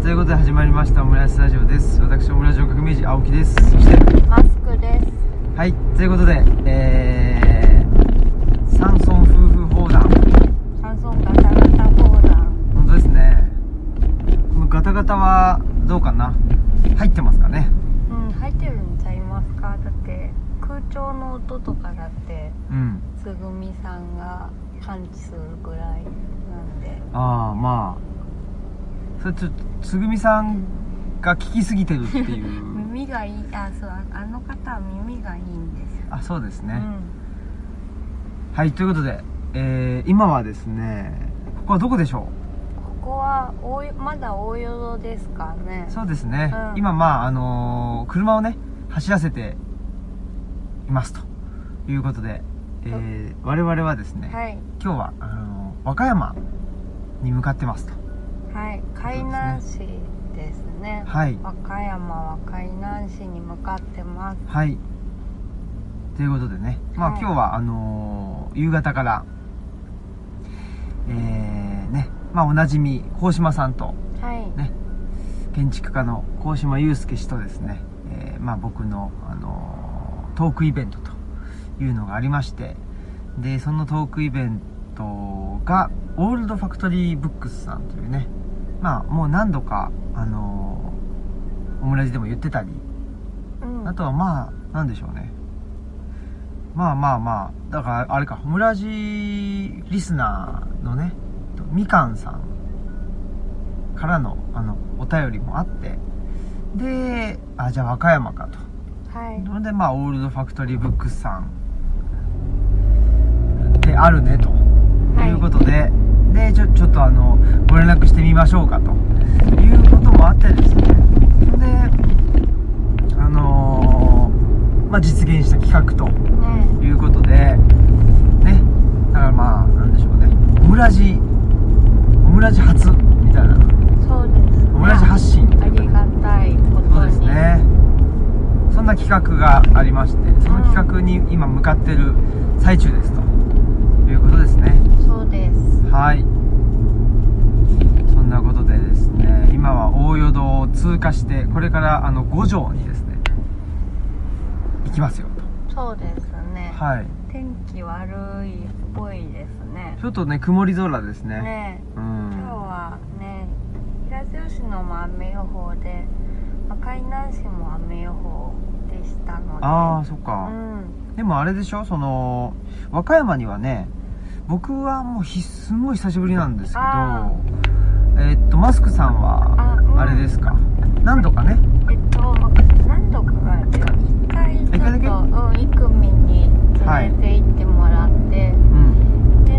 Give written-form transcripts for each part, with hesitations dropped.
ということで始まりましたオムライスラジオです。私オムライスの革命児青木です。そしてマスクです。 はい、ということで山村夫婦砲弾、 山村ガタガタ砲弾。 本当ですね。このガタガタはどうかな、入ってますかね。 入ってるんちゃいますか。だって空調の音とかだってつぐみさんが感知するぐらいなんで。 ああ、まあそれちょっとつぐみさんが聞きすぎてるっていう耳がいい。そう、あの方は耳がいいんですよ。 そうですね、はい、ということで、今はですね、ここはどこでしょう。 ここはまだ大淀ですかね。 そうですね、今車をね走らせていますということで、我々はですね、今日は和歌山に向かってますと。 はい、海南市ですね。はい、和歌山は海南市に向かってます。はい、 ということでね、今日は夕方からおなじみ鴻島さんと、ね、建築家の鴻島祐介氏とですね、僕の、トークイベントというのがありまして、でそのトークイベントがオールドファクトリーブックスさんというね、もう何度かオムラジでも言ってたり、あとはなんでしょうね、だからあれか、オムラジリスナーのねみかんさんからのお便りもあって、でじゃあ和歌山かと。のでオールドファクトリーブックスさんであるねということで、でちょっとご連絡してみましょうかということもあってですね、で実現した企画ということでね、だからなんでしょうね、オムラジ初みたいな。 そうですね、 オムラジ発信、 ありがたいことに。 そうですね、そんな企画がありまして、その企画に今向かっている最中ですということですね。 そうです。 はい、そんなことでですね、今は大淀を通過して、これから五条にですね行きますよと。 そうですね、 はい、 天気悪いっぽいですね。 ちょっとね曇り空ですね。 今日はね、東吉野も雨予報で、海南市も雨予報でしたので。 そっか、でもあれでしょ、和歌山にはね、僕はもうすんごい久しぶりなんですけど、マスクさんはあれですか、何度かね、 何度かが一回ちょっとイクミンに連れて行ってもらって、で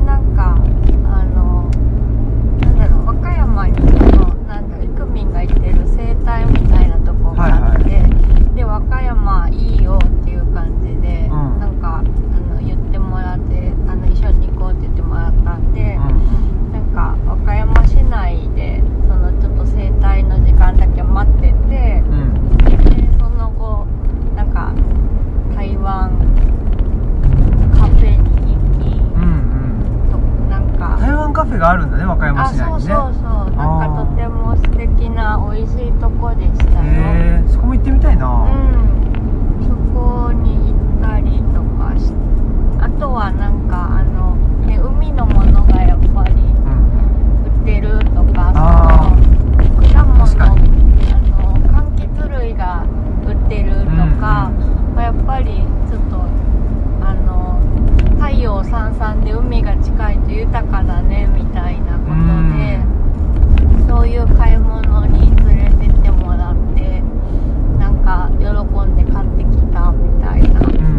和歌山にイクミンが行ってる整体みたいなとこがあって、で和歌山いいよっていう感じで、言ってもらって、一緒に行こうって言ってもらったんで、和歌山市内でちょっと整体の時間だけ待ってて、でその後台湾カフェに行き、 台湾カフェがあるんだね、和歌山市内にね。 そうとても素敵な美味しいとこでしたよ。 そこも行ってみたいな。 そこに行ったりとかして、あとは海のものがやっぱり売ってるとか、果物、柑橘類が売ってるとか、やっぱりちょっと太陽さんさんで海が近いと豊かだねみたいなことで、そういう買い物に連れてってもらって、喜んで買ってきたみたいな。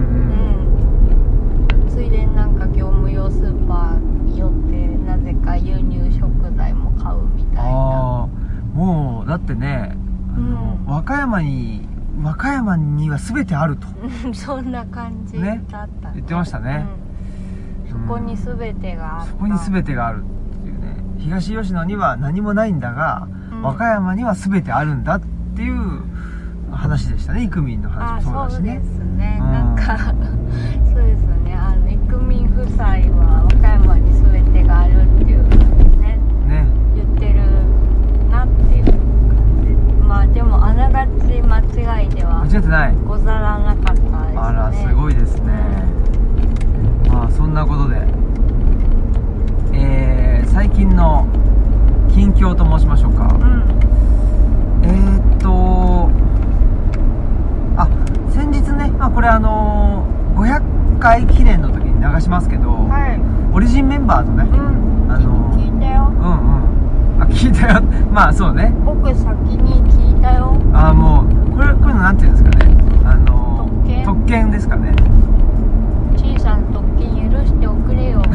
ついでに業務用スーパーに寄ってなぜか輸入食材も買うみたいな。 もうだってね、和歌山には全てあるとそんな感じだった、 言ってましたね。 そこに全てがあった。 そこに全てがあるっていうね。東吉野には何もないんだが、和歌山には全てあるんだっていう話でしたね。イクミンの話もそうだしね。 そうですね、そうですね、イクミン夫妻は和歌山に全てがあるっていうね言ってるなっていう感ですね。まあそんなことで、最近の近況と申しましょうか。先日ね、まあこれ500回記念の時に流しますけど、オリジンメンバーとね、 聞いたよ。 聞いたよ。まあそうね。 僕先に聞いたよ。 もうこういうのなんていうんですかね。特権ですかね。 小さな特権許しておくれよ。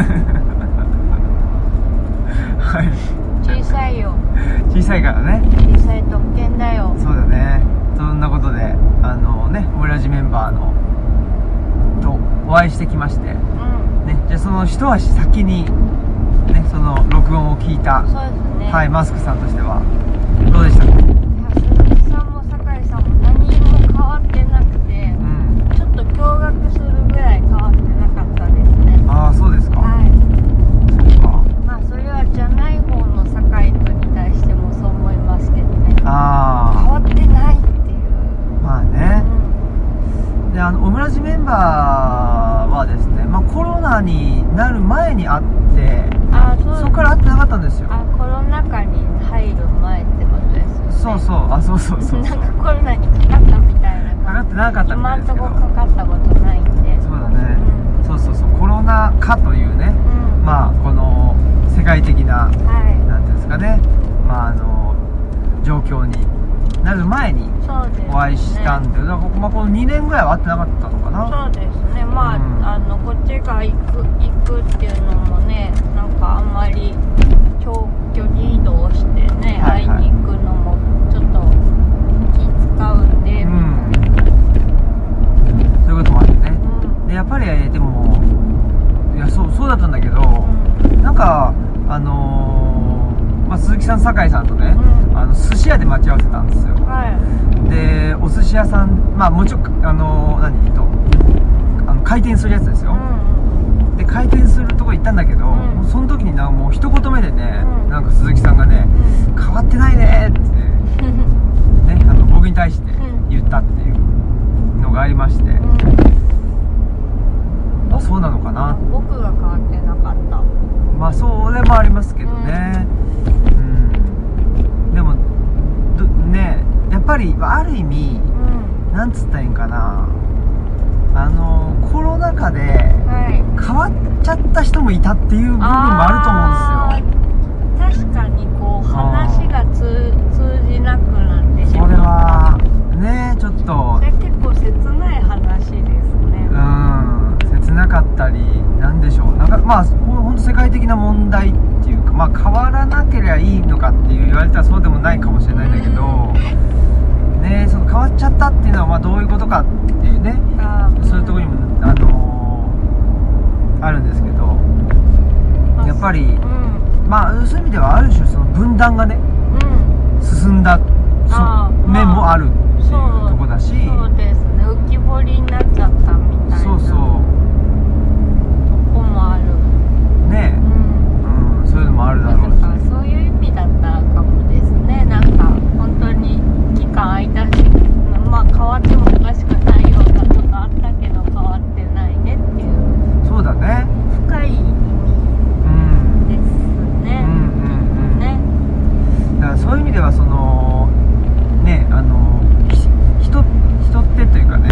はい。 小さいよ。 小さいからね。 小さい特権だよ。 そうだね。そんなことでオムラジメンバーのとお会いしてきまして、ね、じゃあその一足先にね、その録音を聞いた、 そうですね。 はい、マスクさんとしてはどうでしたか？ 鈴木さんも酒井さんも何も変わってなくて、ちょっと驚愕するぐらい変わってなかったですね。 そうですか。そうか。 まあそれはじゃない方の酒井君に対してもそう思いますけどね。変わってないっていう。 まあね。で、オムラジメンバーはですね、まあコロナになる前に会って、そこから会ってなかったんですよ。 コロナ禍に入る前ってことですよね。 そうそう、そうなんかコロナにかかったみたいな。 かかってなかったみたいですけど。 今んとこかかったことないんで。 そうだね。そう、コロナ禍というね、まあこの世界的な、なんていうんですかね、まあ状況になる前にお会いしたんで、だから僕この2年ぐらいは会ってなかったのかな。 そうですね。まあ、こっちが行くっていうのもね、なんかあんまり長距離移動してね、会いに行くのもちょっと気使うんで、 そういうこともあってね。でやっぱりでもいやそうだったんだけど、なんかまあ、鈴木さん酒井さんとね、寿司屋で待ち合わせたんですよ。でお寿司屋さん、まあもちろん開店するやつですよ。で開店するとこ行ったんだけど、もうその時にもう一言目でね、なんか鈴木さんがね、変わってないねってね、僕に対して言ったっていうのがありまして、そうなのかな。 僕が変わってなかった。 まあそれもありますけどね。でもね、やっぱりある意味、なんつったらいいんかな、コロナ禍で変わっちゃった人もいたっていう部分もあると思うんですよ。 確かにこう話が通じなくなってしまう。 これはね、ちょっとそれ結構切ない話ですね。 切なかったり、なんでしょう、なんかまあ本当世界的な問題っていうか、まあ変わらなければいいのかって言われたらそうでもないかもしれないんだけど、ね、その変わっちゃったっていうのはまあどういうことかっていうね、そういうところにもあるんですけど、やっぱり、まあそういう意味ではある種その分断がね、進んだ面もあるっていうところだし、 そうですね、浮き彫りになっちゃったみたいな。そうこもあるね。そういうのもあるだろうし、 そういう意味だったかもですね。なんか本当に期間空いたし、まあ変わってもおかしくないようなことあったけど変わってないねっていう。 そうだね。 深い意味ですね。 だからそういう意味ではそのね、人ってというかね、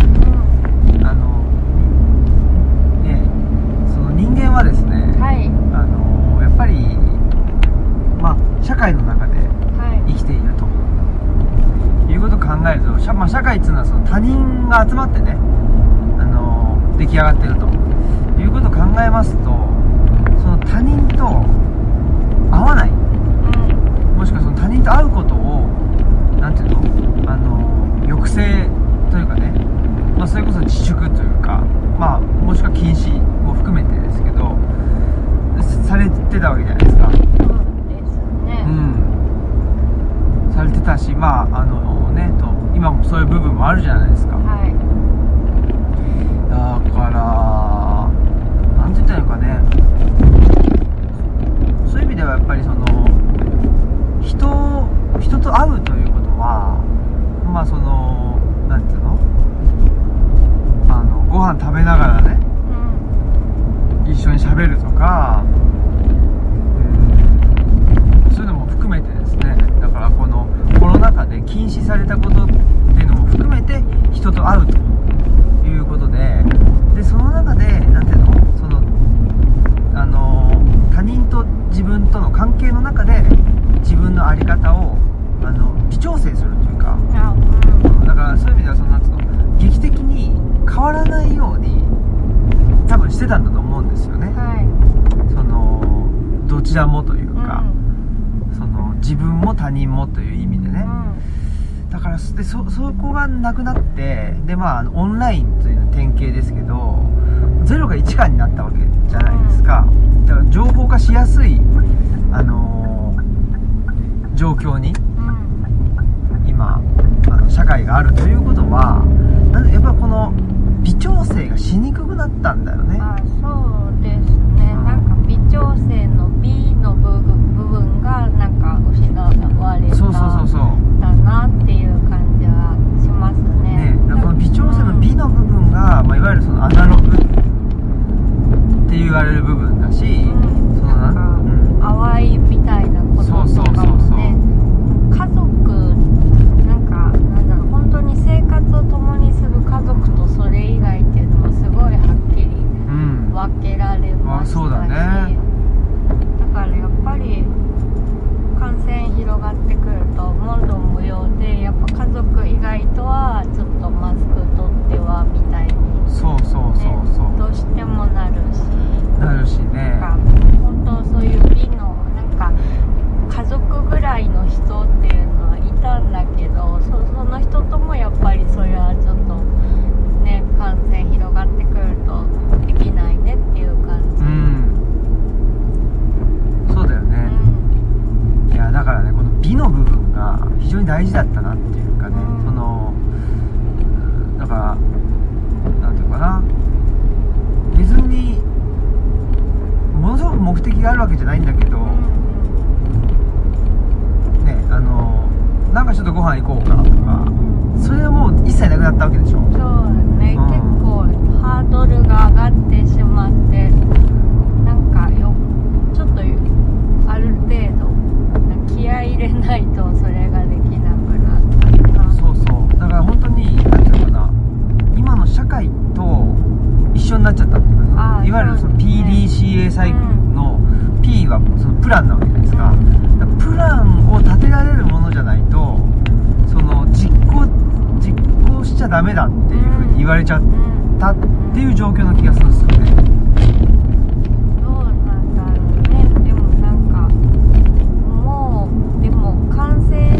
その人間はですね、やっぱりまあ社会の中で生きていると、いうことを考えると、社会っていうのはその他人が集まってね、出来上がっているということを考えますと、その他人と会わない、もしくはその他人と会うことをなんていうの、抑制というかね、まあ、それこそ自粛というか、まあ、もしくは禁止も含めてですけどされてたわけじゃないですか。 そうですね。 されてたし、まあね今もそういう部分もあるじゃないですか。だからなんて言ったらいいのかね、そういう意味ではやっぱりその人と会うということは、まあそのなんていうの、ご飯食食べながらね、一緒に喋るとか、そういうのも含めてですね、だからこのコロナ禍で禁止されたことっていうのも含めて人と会うということで、その中でなんていうの、その他人と自分との関係の中で自分の在り方を微調整するというか、だからそういう意味ではそのなんていうの、劇的に変わらないように多分してたんだと思うんですよね、そのどちらもというか、その自分も他人もという意味でね、だからそこがなくなって、でオンラインという典型ですけど、0が1かになったわけじゃないですか。だから情報化しやすい状況に、今社会があるということは、やっぱりこの微調整がしにくくなったんだよね。 そうですね、なんか微調整の B の部分がなんか失われただなっていう感じはしますね。 だからこの微調整の B の部分が、いわゆるそのアナログって言われる部分だし、その淡いみたいなこととかもね、家族本当に生活を共にする家族とそれ以外っていうのもすごいはっきり分けられましたし、 そうだね。 だからやっぱり感染広がってくると問答無用で、やっぱ家族以外とはちょっとマスク取ってはみたいに、どうしてもなるしね、本当そういう美のなんか家族ぐらいの人っていうのはいたんだけど、その人ともやっぱりそれはちょっとね、感染広がってくるとできないねっていう感じ。 そうだよね、いやだからね、この美の部分が非常に大事だったなっていうかね、そのだからなんていうかな、別にものすごく目的があるわけじゃないんだけど、なんかちょっとご飯行こうかとか、それはもう一切なくなったわけでしょ。 そうね、結構ハードルが上がってしまって、なんかちょっとある程度気合い入れないとそれができなくなったな。 だから本当になんていうかな、今の社会と一緒になっちゃったっていうか、いわゆるその PDCA サイクルの P はそのプランなわけじゃないですか。プランを立てられるものじゃないと、その実行しちゃダメだっていうふうに言われちゃったっていう状況の気がするんですよね。 どうなんだろうね。でもなんかでも感染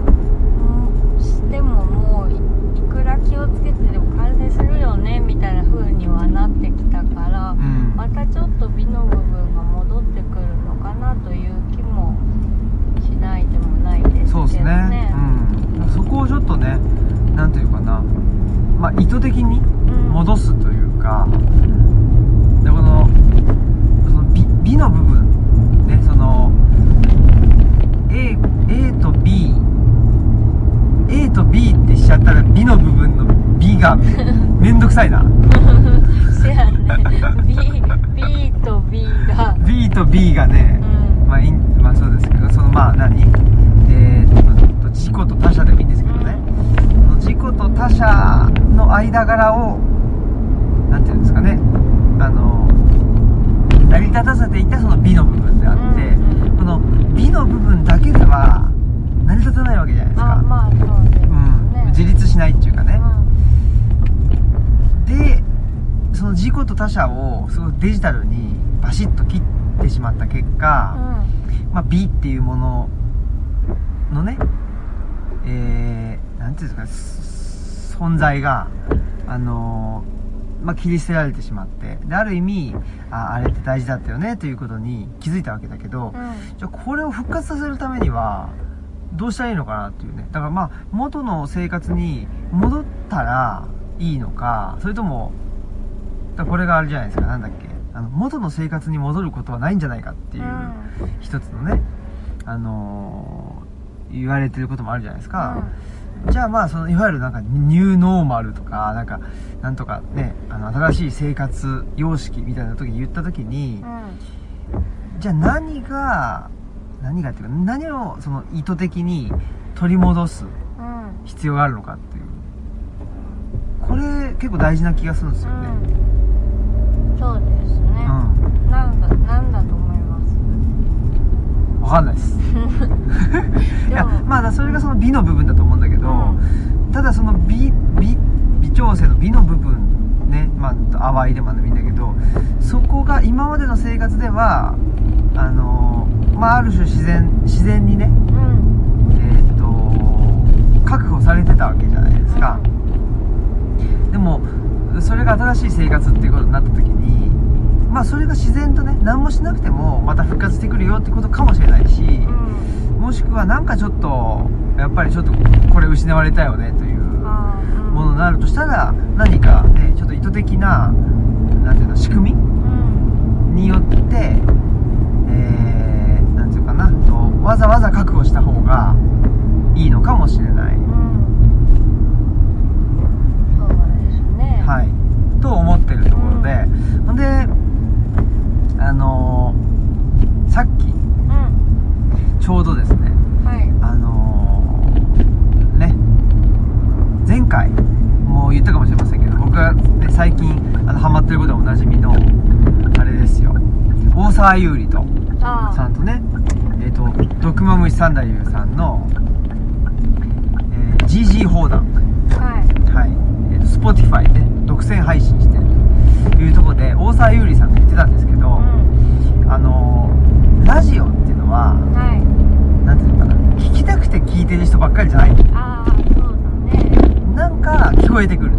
してももういくら気をつけてでも感染するよねみたいな風にはなってきたから、またちょっと美の部分が戻ってくるのかなという気もしないでもないですけどね。 そうですね、そこをちょっとね、なんていうかな、意図的に戻すというか、でその美の部分ね、その A と B ってしちゃったら美の部分の B がめんどくさいな。 せやね、B と B がね、そうですけど、その自己と他者でもいいんですけどね、自己と他者の間柄をなんていうんですかね、成り立たせていたその美の部分であって、この美の部分だけでは成り立たないわけじゃないですか。 そうですね、 自立しないっていうかね、でその自己と他者をすごいデジタルにバシッと切ってしまった結果、美っていうもののね、なんていうんですか、存在が切り捨てられてしまって、である意味あれって大事だったよねということに気づいたわけだけど、じゃあこれを復活させるためにはどうしたらいいのかなっていうね。だから元の生活に戻ったらいいのか、それともこれがあれじゃないですか、なんだっけ、元の生活に戻ることはないんじゃないかっていう一つのね、言われてることもあるじゃないですか、 じゃあまあいわゆるなんかニューノーマルとかなんとかね、新しい生活様式みたいな時言った時に、じゃあ何がっていうか、何を意図的に取り戻す必要があるのかっていう、これ結構大事な気がするんですよね。 そうですね。なんだと思います？ わかんないです。いや、まあそれが美の部分だと思うんだけど、ただ微調整の美の部分ね、まあ淡いでもいいんだけど、そこが今までの生活ではまあある種自然にね、確保されてたわけじゃないですか。でもそれが新しい生活っていうことになった時に、まあそれが自然とね、何もしなくてもまた復活してくるよってことかもしれないし、もしくはなんかちょっとやっぱりちょっとこれ失われたよねというものになるとしたら、何かねちょっと意図的ななんていうの仕組みによってなんていうかな、わざわざ確保した方がいいのかもしれない。 そうですね。 はい。と思ってるところで、ほんでさっき、ちょうどですね、ね、前回もう言ったかもしれませんけど、僕が、ね、最近ハマってることでおなじみのあれですよ、大沢優里とさんとね、ドクマムシ三太夫さんの、GG 砲弾、Spotify で独占配信してるというところで、大沢優里さんが言ってたんですけど、ラジオっていうのは、なんていうのかな、聞きたくて聞いてる人ばっかりじゃない。 そうだね。 なんか聞こえてくる。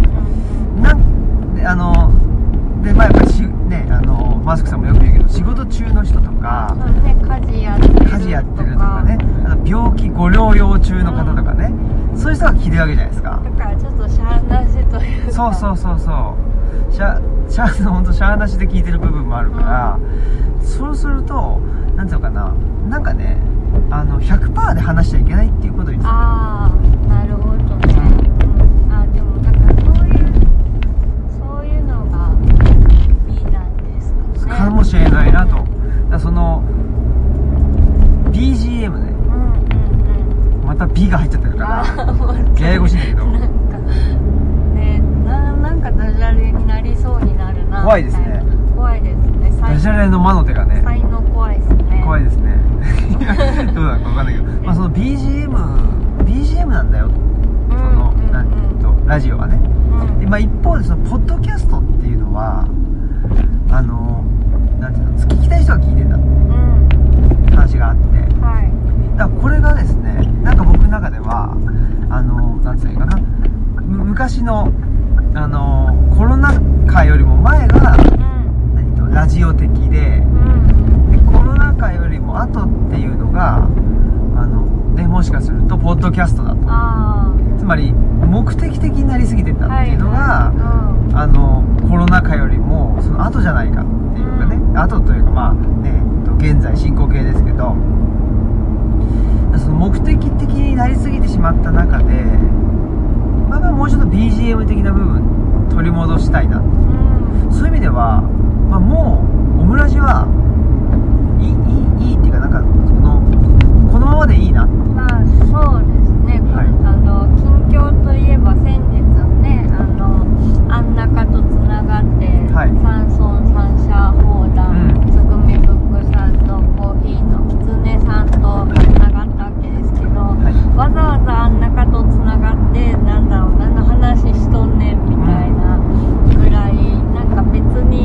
で、まあやっぱりね、マスクさんもよく言うけど、仕事中の人とか、 家事やってるとかね、病気ご療養中の方とかね、そういう人が聞いてるわけじゃないですか。 だからちょっとしゃーなしというか、 そう本当しゃーなしで聞いてる部分もあるから、そうするとなんていうのかな、なんかね、100% で話しちゃいけないっていうことに。 なるほどね。でもだからそういうのが美なんですかね。 かもしれないなと。だからBGM ね、また B が入っちゃってるからややこしいんだけど、 なんかダジャレになりそうになるな。 怖いですね。 怖いですね。 ダジャレの魔の手がね、 才能怖いですね。 怖いですね。どうなのか分かんないけど、まあBGM なんだよ、ラジオはね。で、まあ一方でポッドキャストっていうのはなんていうの、聞きたい人が聞いてんだって話があって、だからこれがですね、なんか僕の中ではなんていうのかな、昔のコロナ禍よりも前が、ラジオ的で、コロナ禍よりも後っていうのがね、もしかするとポッドキャストだと、つまり目的的になりすぎてたっていうのが、コロナ禍よりもその後じゃないかっていうかね、後というか、まあね、現在進行形ですけど、その目的的になりすぎてしまった中で、まあもうちょっと BGM 的な部分取り戻したいなって、そういう意味では、まあ、もうオムラジはいいっていうか、なんかこのままでいいな。 そうですね。近況といえば先日ね、あん中とつながって、山村三社砲弾、つぐみブックさんとコーヒーのきつねさんとつながったわけですけど、わざわざあん中とつながって何の話しとんねんみたいなぐらい、なんか別に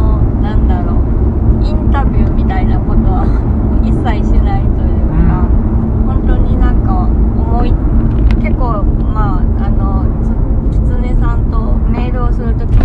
インタビューみたいなことは一切しないというか、本当になんか結構きつねさんとメールをするときも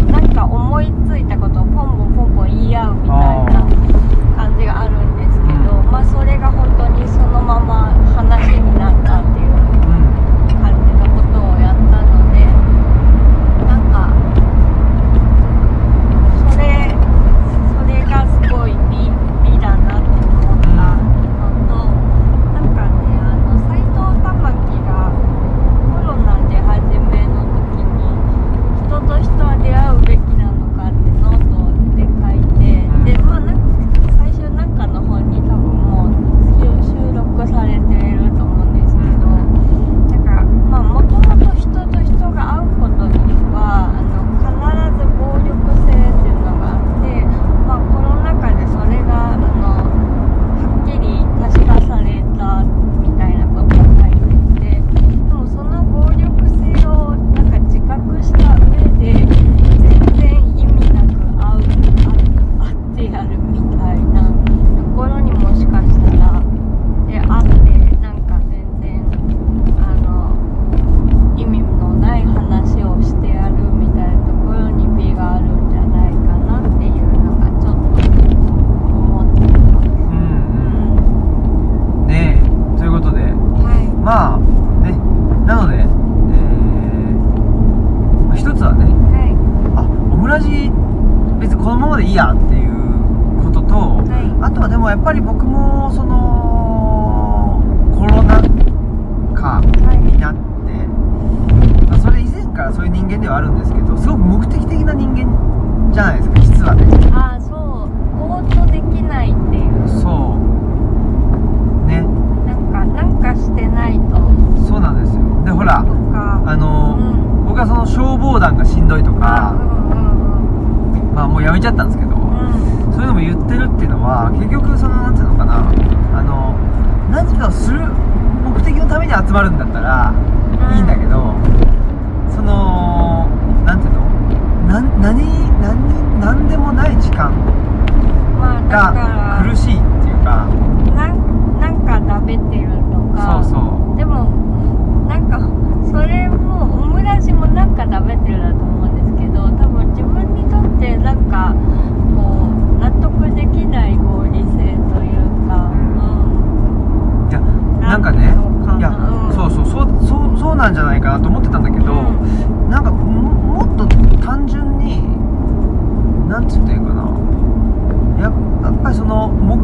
ままでいいやっていうことと、あとはでもやっぱり僕もそのコロナ禍になって、それ以前からそういう人間ではあるんですけど、すごく目的的な人間じゃないですか、実はね。 ああ、そう、ぼーっとできないっていう。 そうね、 なんかしてないと。 そうなんですよ。でほら、僕はその消防団がしんどいとか、まあもうやめちゃったんですけど、そういうのも言ってるっていうのは、結局そのなんていうのかな、何かをする目的のために集まるんだったらいいんだけど、そのなんていうの、なんでもない時間が苦しいっていうか、 なんか食べてるとか、 そうそう、 でもなんかそれもオムラジもなんか食べてるだと思うんですけど、多分自分にとってなんかこう納得できない合理性というか、 いやなんかね、いや、そうなんじゃないかなと思ってたんだけど、なんかもっと単純になんつっていうかな、やっぱりその目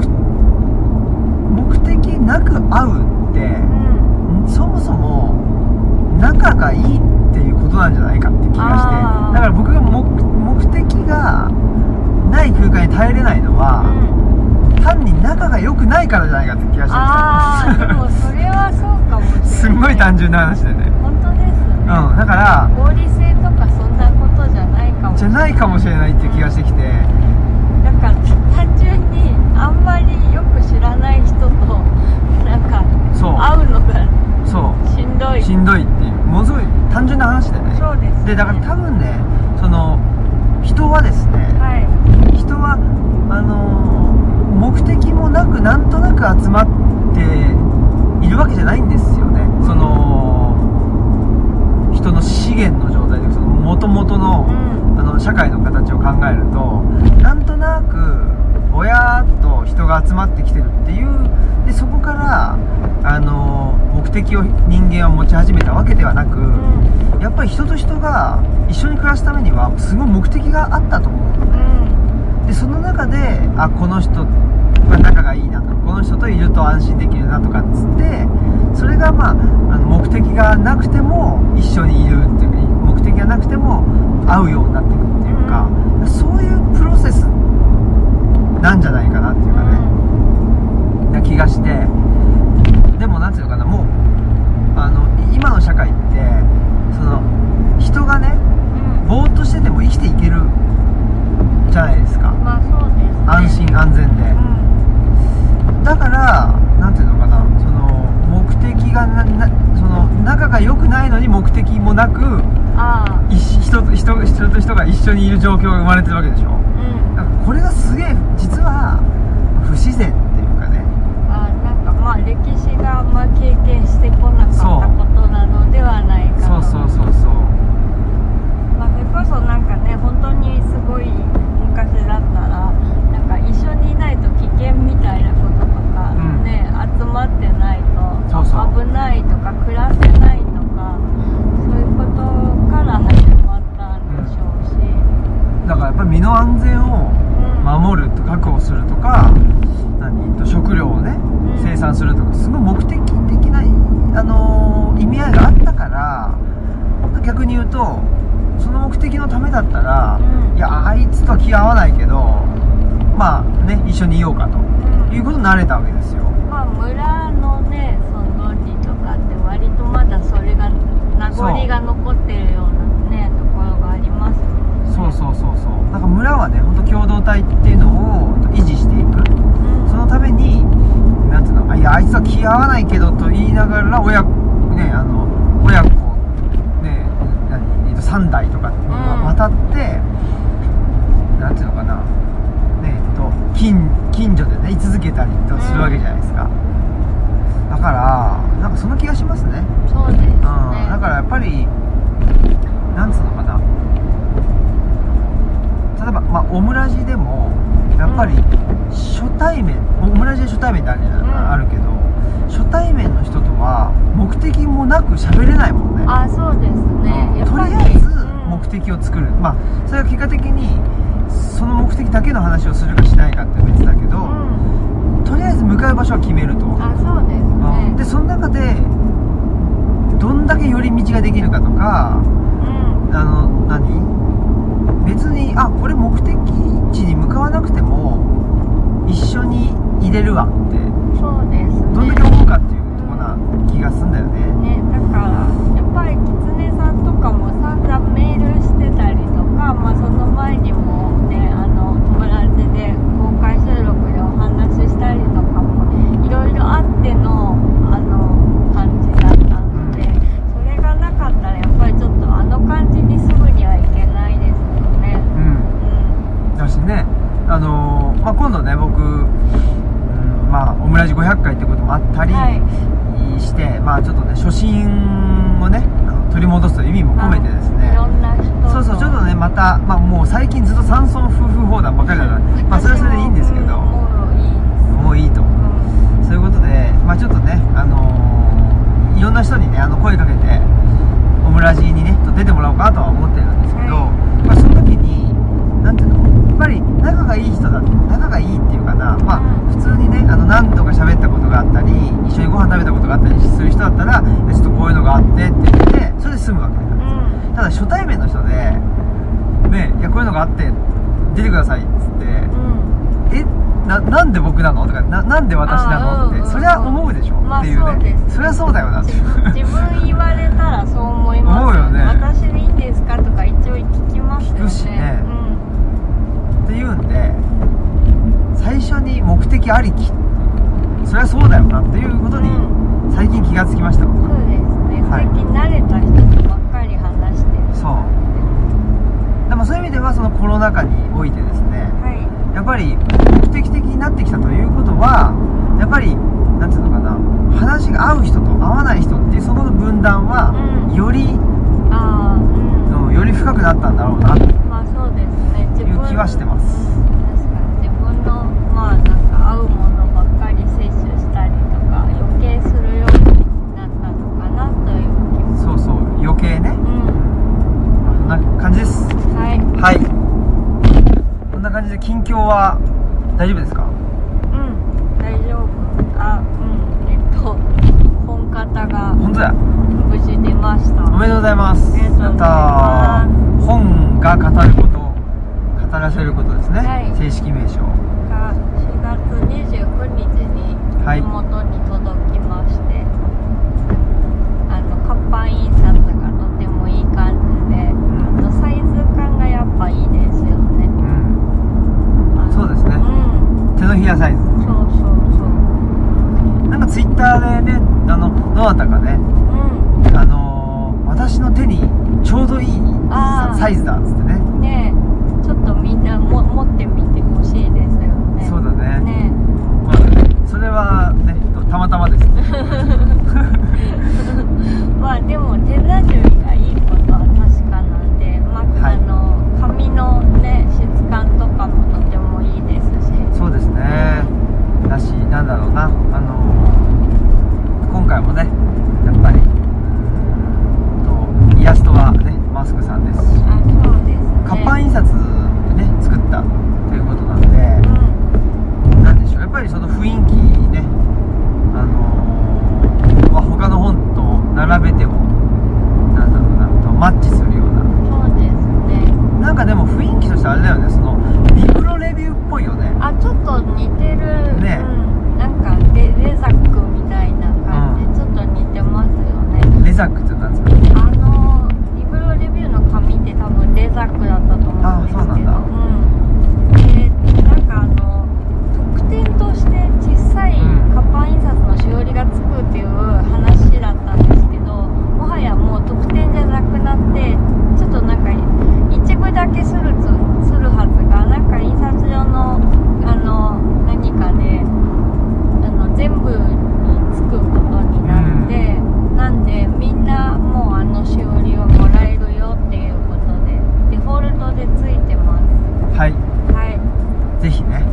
的なく会うって、そもそも仲がいいっていうことなんじゃないかって気がして、だから僕が目的がない空間に耐えれないのは、単に仲が良くないからじゃないかって気がしてるんですよ。 でもそれはそうかもしれない。 すんごい単純な話でね。 本当ですね。 だから合理性とかそんなことじゃないかもしれないっていう気がしてきて、 だから単純にあんまりよく知らない人となんか会うのがしんどいっていう、ものすごい単純な話でね。 そうですね。 でだから多分ね、その人はですね、人は目的もなくなんとなく集まっているわけじゃないんですよね。その人の資源の状態で、その元々の、社会の形を考えると、なんとなくぼやっと人が集まってきてるっていう、でそこから目的を人間は持ち始めたわけではなく、やっぱり人と人が一緒に暮らすためにはすごい目的があったと思うので、でその中でこの人が仲がいいなとか、この人といると安心できるなとかっつって、それが目的がなくても一緒にいるっていうか、目的がなくても会うようになっていくっていうか、そういうプロセスなんじゃないかなっていうかね、な気がして。でもなんていうのかな、もう今の社会ってその人がね、ぼーっとしてても生きていけるじゃないですか。 まあそうですね。 安心安全で、だからなんていうのかな、その目的がその仲が良くないのに目的もなく、人と人が一緒にいる状況が生まれてるわけでしょ。なんかこれがすげえ実は不自然っていうかね。 なんか歴史があんま経験してこなかったことなのではないかな。 そう。 それこそなんかね、本当にすごい昔だったらなんか一緒にいないと危険みたいなこととかね、集まってないと危ないとか暮らせないとか、そういうことから始まったんでしょうし、 だからやっぱり身の安全を守ると、確保するとか、食料をね生産するとか、すごい目的的な意味合いがあったから、逆に言うとその目的のためだったら、いやあいつとは気が合わないけどまあね一緒にいようかということになれたわけですよ。 村のね、その論理とかって割とまだそれが名残が残ってるようなねところがありますもんね。 そうだから村はね、本当共同体っていうのを維持していく、そのためになんていうの、いやあいつは気合わないけどと言いながら親子ね3代とかっていうのが渡って、なんていうのかな、近所でね居続けたりとするわけじゃないですか。だからなんかその気がしますね。 そうですね。 だからやっぱりなんつうのかな、例えばオムラジでもやっぱり初対面、オムラジで初対面ってあるじゃない、あるけど、初対面の人とは目的もなく喋れないもんね。 そうですね。 とりあえず目的を作る、それが結果的にその目的だけの話をするかしないかって別だけど、とりあえず向かう場所は決めると。 あ、そうですね。 でその中でどんだけ寄り道ができるかとか、別にこれ目的地に向かわなくても一緒に入れるわってそうですね、 どんだけ思うかっていうところな気がするんだよね。 だからやっぱりキツネさんとかも散々メールしてたりとか、その前にもね友達で公開収録でお話ししたりとかもいろいろあっての感じだったので、それがなかったらやっぱりちょっと感じにすぐにはいけないですよね。 だしね、今度ね僕、オムラジ500回ってこともあったりして、ちょっとね初心をね取り戻すという意味も込めてですね、 いろんな人とちょっとねまた、もう最近ずっと山村夫婦砲談ばっかりだからそれはそれでいいんですけど、もういいと、そういうことでちょっとねいろんな人にね声かけてオムラジにね出てもらおうかとは思ってるんですけど、その時になんていうの、やっぱり仲がいい人だ、仲がいいっていうかな、普通にね何度か喋ったことがあったり一緒にご飯食べたことがあったりする人だったら、ちょっとこういうのがあってって言ってそれで済むわけなんですよ。ただ初対面の人でね、いやこういうのがあって出てくださいっつって、なんで僕なのとかなんで私なのってそりゃ思うでしょっていうね、そりゃそうだよなって自分言われたらそう思います思うよね。 私でいいんですかとか一応聞きますよね。 聞くしね、っていうんで最初に目的ありき、そりゃそうだよなっていうことに最近気がつきました。 そうですね、最近慣れた人とばっかり話してる。 そうでもそういう意味ではそのコロナ禍においてですね、やっぱり目的的になってきたということはやっぱりなんていうのかな、話が合う人と合わない人っていうそこの分断はより、より深くなったんだろうなという気はしてます。 確かに自分のなんか合うものばっかり摂取したりとか余計するようになったのかなという気も。 そう余計ね、こんな感じです。はい、こんな感じで近況は大丈夫ですか？ 大丈夫。本方が本当だ、 無事出ました。 おめでとうございます。やったー。本が語らせることですね、正式名称が4月29日に手元に届きまして、活版印刷がとてもいい感じで、サイズ感がやっぱいいですよね。そうですね、 手のひらサイズ。なんかツイッターでねどなたかね、私の手にちょうどいいサイズだっつってね。 ちょっとみんな持ってみてほしいですよね。 そうだね。それはねたまたまですね。 でも手なじみがいいことは確かなんで、紙のね質感とかもとてもいいですし。 そうですね。だしなんだろうな、今回もねやっぱりイラストはねマスクさんですし、 そうですね、 活版印刷でね作ったということなんで、なんでしょう、やっぱりその雰囲気ね、他の本と並べてもなんだろうなとマッチするような。 そうですね。 なんかでも雰囲気としてあれだよね、そのビブロレビューっぽいよね。 ちょっと似てるね、 なんかレザックみたいな感じでちょっと似てますよね。 レザックって何ですか？ リブロレビューの紙って多分レザックだったと思うんですけど、 そうなんだ。 なんか特典として小さい活版印刷のしおりがつくっていう話だったんですけど、もはやもう特典じゃなくなってちょっとなんか一部だけするはずがなんか印刷所の何かで全部につくことになって、なんでみんなもうしおりをもらえるよっていうことでデフォルトでついてます。 ぜひね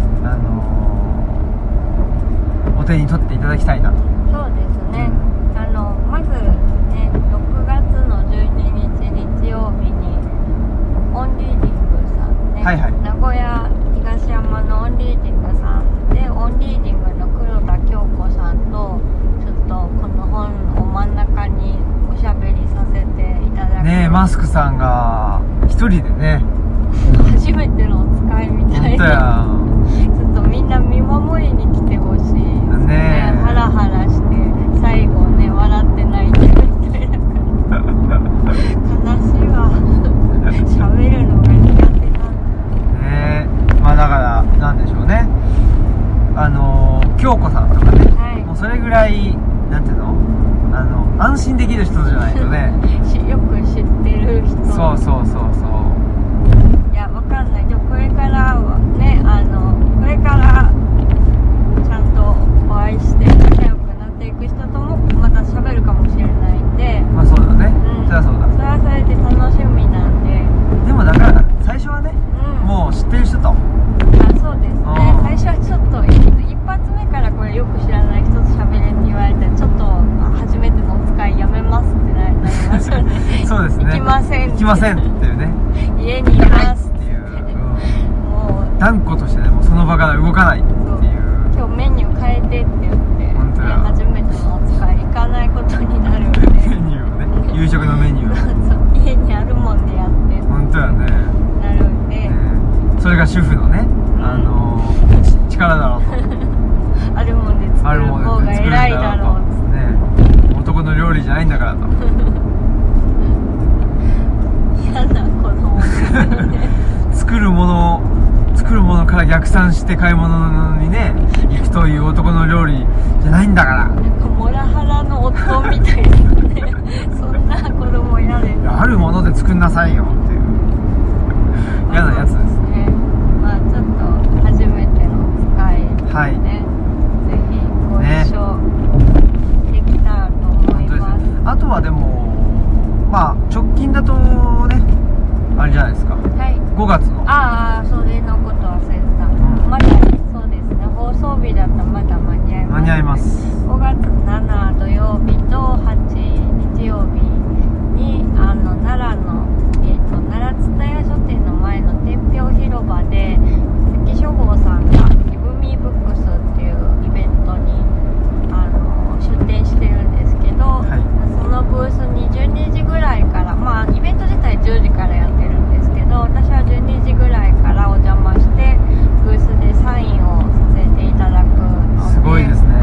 お手に取っていただきたいなと。 そうですね。まずね6月の12日日曜日にオンリーディングさんね、 はいはい、 名古屋東山のオンリーディングさんで、オンリーディングの黒田京子さんとちょっとこの本を真ん中におしゃべりさせていただくね。マスクさんが一人でね初めてのお使いみたいなちょっとみんな見守りに来てほしいですね。ハラハラして最後ね笑って泣いてるみたいだから悲しいわ喋るのが苦手なんね。まあだからなんでしょうね、京子さんとかね、はい、もうそれぐらいなんていうの、安心できる人じゃないとねよく知ってる人、 そうそうそうそう、 いやわかんない。でもこれからはね、これからちゃんとお会いして仲良くなっていく人ともまた喋るかもしれないんで、 まあそうだね、そりゃそうだ、 それはそれで楽しみなんで。 でもだから最初はね、もう知ってる人と、 そうですね、最初はちょっと一発目からこれよく知らない人と喋れって言われたらちょっと初めてのお使いやめますってなりますよねそうですね、 行きません行きませんっていうね家にいますっていう、 もう断固としてね、もうその場から動かないっていう、 今日メニュー変えてって言って、初めてのお使い行かないことになるんでメニューをね、夕食のメニューをそう家にあるもんでやって本当やね、 なるんで、 それが主婦のね、力だろうとあるもんで作る方が偉いだろうね、男の料理じゃないんだからと嫌な子供作るものから逆算して買い物にね行くという男の料理じゃないんだから、 なんかモラハラの夫みたいですねそんな子供やれあるもので作んなさいよっていう嫌なやつですね。 まあちょっと初めての使いですね、 はい、 ぜひご一緒できたらと思います、ね、 あとはでもまあ直近だとねあれじゃないですか、はい、5月のそれのこと忘れてた、まだそうですね、放送日だったらまだ間に合います、 間に合います。 5月7土曜日と8日曜日に奈良の奈良蔦屋書店の前の天平広場で関書房さんがギブミーブックスっていうイベントに出店してるんですけど、はい、そのブースに12時ぐらいから、まあイベント自体10時からやってるんですけど、私は12時ぐらいからお邪魔してブースでサインをさせていただくので、 すごいですね。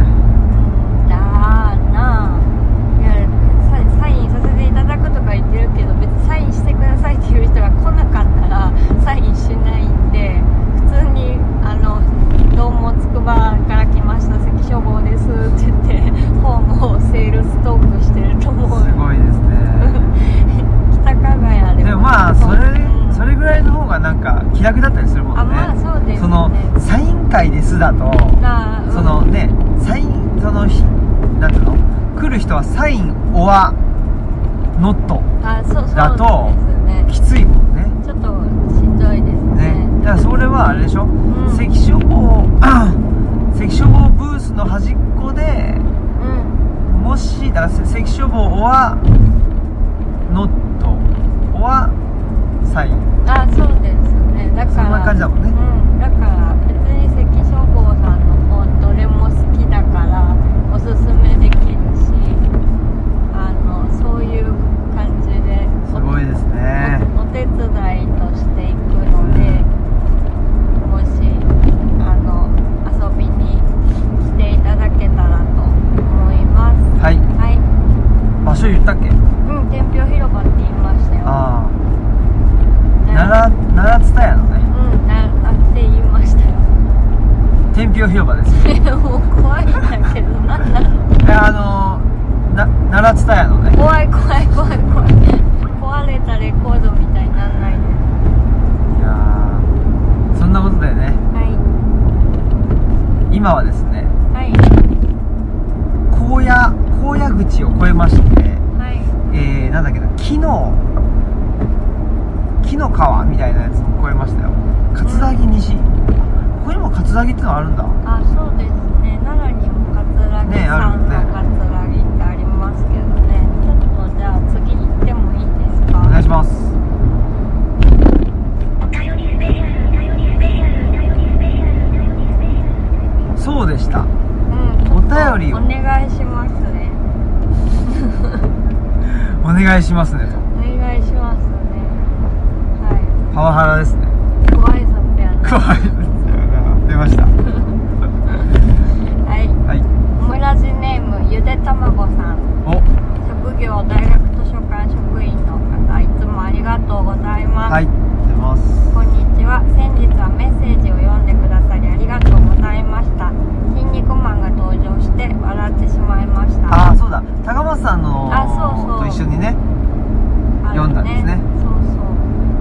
サインさせていただくとか言ってるけど、別にサインしてくださいっていう人が来なかったらサインしないんで、普通にどうもつくばから来ました関書房ですって言って本をセールストークしてると思う。 すごいですね北加賀屋でもまあそれぐらいの方がなんか気楽だったりするもんね。 まあそうですね。 そのサイン会ですだと、そのねサインなんていうの、来る人はサインオアノットだときついもんね。 ちょっとしんどいですね。 だからそれはあれでしょ、関書房ブースの端っこで、もしだから関書房オアノットオアサイン、 そうですね。だからそんな感じだもんね。 だから別に関書房さんの本どれも好きだからおすすめできるし、そういう感じですごいですね。 お手伝いとしていくので、もし遊びに来ていただけたらと思います。 はい、はい、場所言ったっけ？ 天平広場って言いましたよ。 奈良蔦屋のね。 って言いましたよ。 天平広場ですよもう怖いんだけど、何なの？ 奈良蔦屋のね。 怖い壊れたレコードみたいになんないで。 いやー、そんなことでね、はい、今はですね、はい、高野口を越えまして、はい、なんだっけな、木の川みたいなやつを越えましたよ。葛城西、ここにも葛城ってのあるんだ。 そうですね。奈良にも葛城山の葛城ってありますけどね。ちょっとじゃあ次行ってもいいですか？ お願いします。 お便りスペシャル願いしますねと。 お願いしますね。はい。 パワハラですね。 ご挨拶やな。 ご挨拶やな。出ました。 はい。 はい。 オムラジネームゆでたまごさん。 お。 職業大学図書館職員の方、いつもありがとうございます。 はい。出ます。 こんにちは。先日はメッセージを読んでくださりありがとうございました。筋肉マンが登場して笑ってしまいました。 ああ、そうだ。高松さんのと一緒にね、読んだんですね。 そうそう。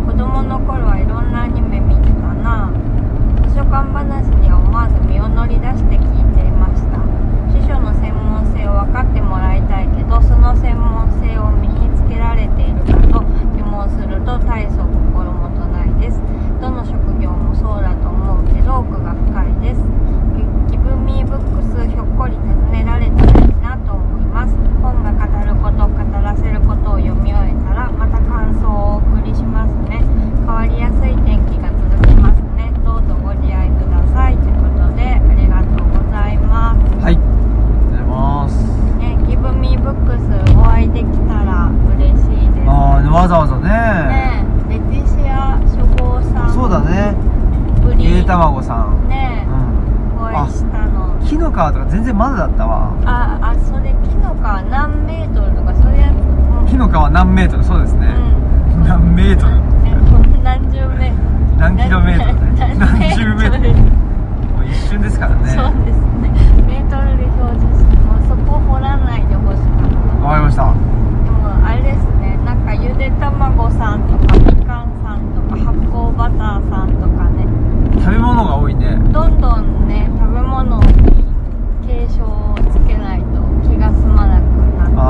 子供の頃はいろんなアニメ見てたな。図書館話には思わず身を乗り出して聞いていました。司書の専門性を分かってもらいたいけど、その専門性を身につけられているかと疑問すると大層心もとないです。どの職業もそうだと思うけど奥が深いです。ギブミーブックスひょっこり尋ねられたらいいなと思います。本が語ること、語らせることを読み終えたらまた感想をお送りしますね。変わりやすい天気が続きますね。どうぞご自愛くださいということでありがとうございます。 はい、ありがとうございます。 ギブミーブックスお会いできたら嬉しいです。 ああ、わざわざね。 レティシア書房さん。 そうだね。ゆでたまごさん。 ねえ、お会いしたの。 紀の川とか全然まだだったわ。 それ紀の川何メートルとかそういうやつ。 紀の川何メートル、そうですね。何メートル。 何十メートル。 何キロメートルね。何十メートル。もう一瞬ですからね。 そうですね。メートルで表示して、もうそこ掘らないでほしかった。 わかりました。 でもあれですね、なんかゆでたまごさんとかみかんさんとか発酵バターさんとかね、 食べ物が多いね。 どんどんね、食べ物に継承をつけないと気が済まなくなって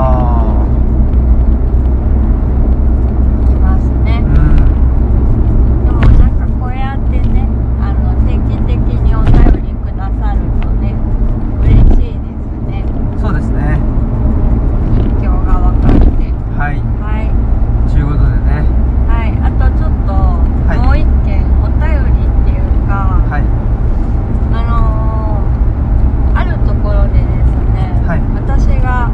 きますね。でもなんかこうやってね、定期的にお便りくださるとね、嬉しいですね。 そうですね。 近況が分かって。 はい。 はい。 ということでね。 はい。あとちょっと、もう一件お便りっていうか、 はい。 あるところでですね、 はい、 私が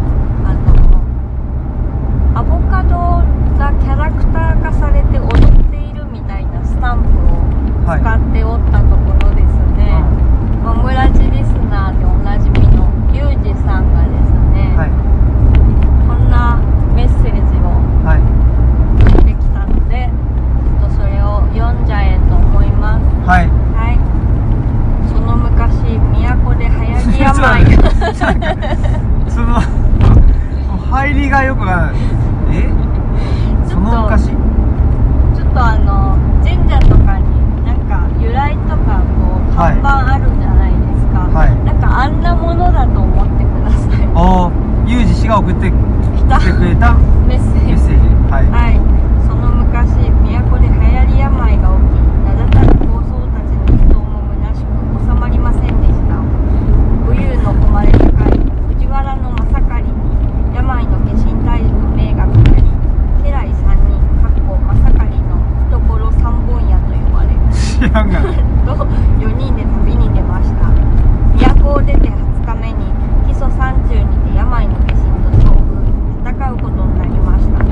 アボカドがキャラクター化されて踊っているみたいなスタンプを使っておったところですね、オムラジリスナーでおなじみのゆうじさんがですね、はい、こんなメッセージを送ってきたので、ちょっとそれを読んじゃえと思います。はい、はい。その昔、都で流行り病がその入りがよくわからない。その昔、ちょっと神社とかになんか由来とかこう看板あるじゃないですか、はい、なんかあんなものだと思ってください。 ゆうじ氏が送ってきてくれたメッセージ。はい、はい、 その昔、都で流行り病が起き、名だたる高僧たちの祈祷も虚しく収まりませんでした。武勇の誉れ高い藤原の正狩りに病の化身大事の命がかかり、家来3人正狩りの懐三本屋と呼ばれ知らんがと4人で旅に出ました。都を出て20日目に木曽山中にて病の化身と遭遇、戦うことになりました。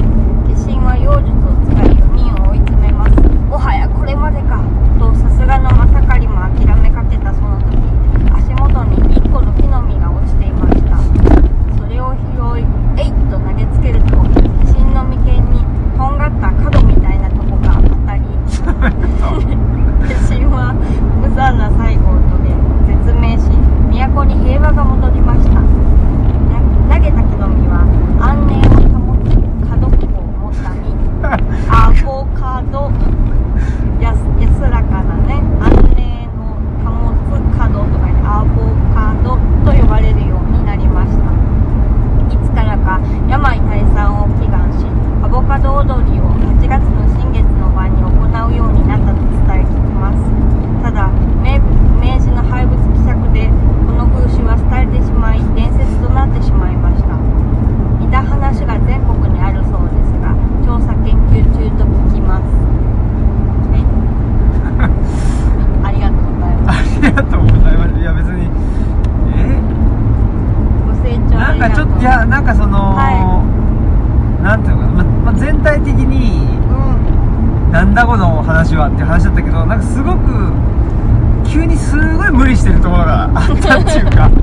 だこの話はって話だったけど、なんかすごく急にすごい無理してるところがあったっていうか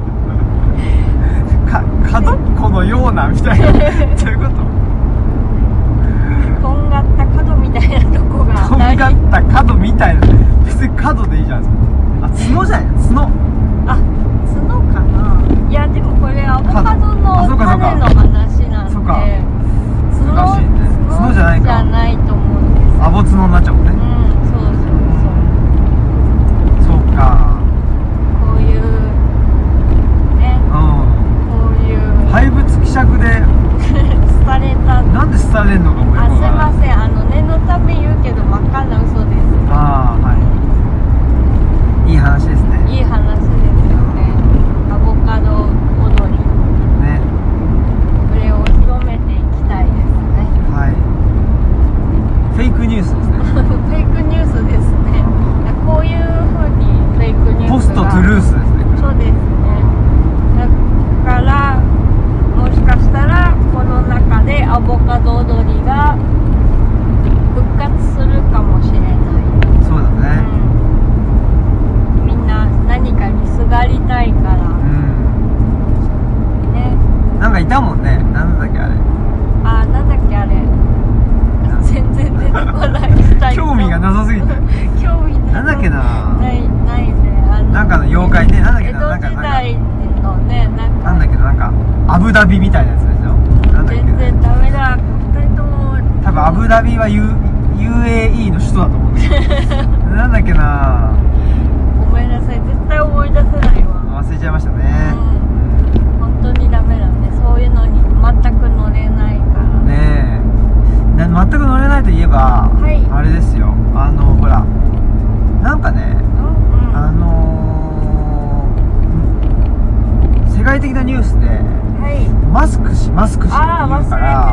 角っこのようなみたいなそういうこと。 とんがった角みたいなとこがとんがった角みたいな、別に角でいいじゃん。あ、角じゃない、角。 あ、角かな。いやでもこれアボカドの種の話なんで、 難しいね。角じゃないか。 じゃないと思うんです。 アボ角になっちゃうもんね。 そうそうか。 こういうね、こういう廃物希釈で廃れた。 なんで廃れんのかもよくわからない。 すいません、念のため言うけど真っ赤な嘘です。 ああ、はい。いい話ですね。 いい話ですよね。アボカド踊りね、これを広めていきたいですね。 はい。フェイクニュースですね。 フェイクニュースですね。こういう風にフェイクニュースがポストトゥルースですね。 そうですね。だからもしかしたらこの中でアボカド踊りが復活するかもしれない。 そうだね。 みんな何かにすがりたいから。ね。なんかいたもんね。なんだっけあれ。 あ、なんだっけあれ。全然出てこない。 興味がなさすぎて。 興味なんだっけな。 ないね。 なんかの妖怪ね。なんだっけな。 江戸時代のね、 なんだっけな、なんかアブダビみたいなやつでしょ。なんだっけ。 全然ダメだ。二人とも。 多分アブダビは UAE の首都だと思うんだけど。なんだっけな。 ごめんなさい、絶対思い出せないわ。 忘れちゃいましたね。 本当にダメなんで、そういうのに全く乗れないからねえ。全く乗れないといえば、はい、あれですよ。ほらなんかね、世界的なニュースで、はい、マスク氏って言うから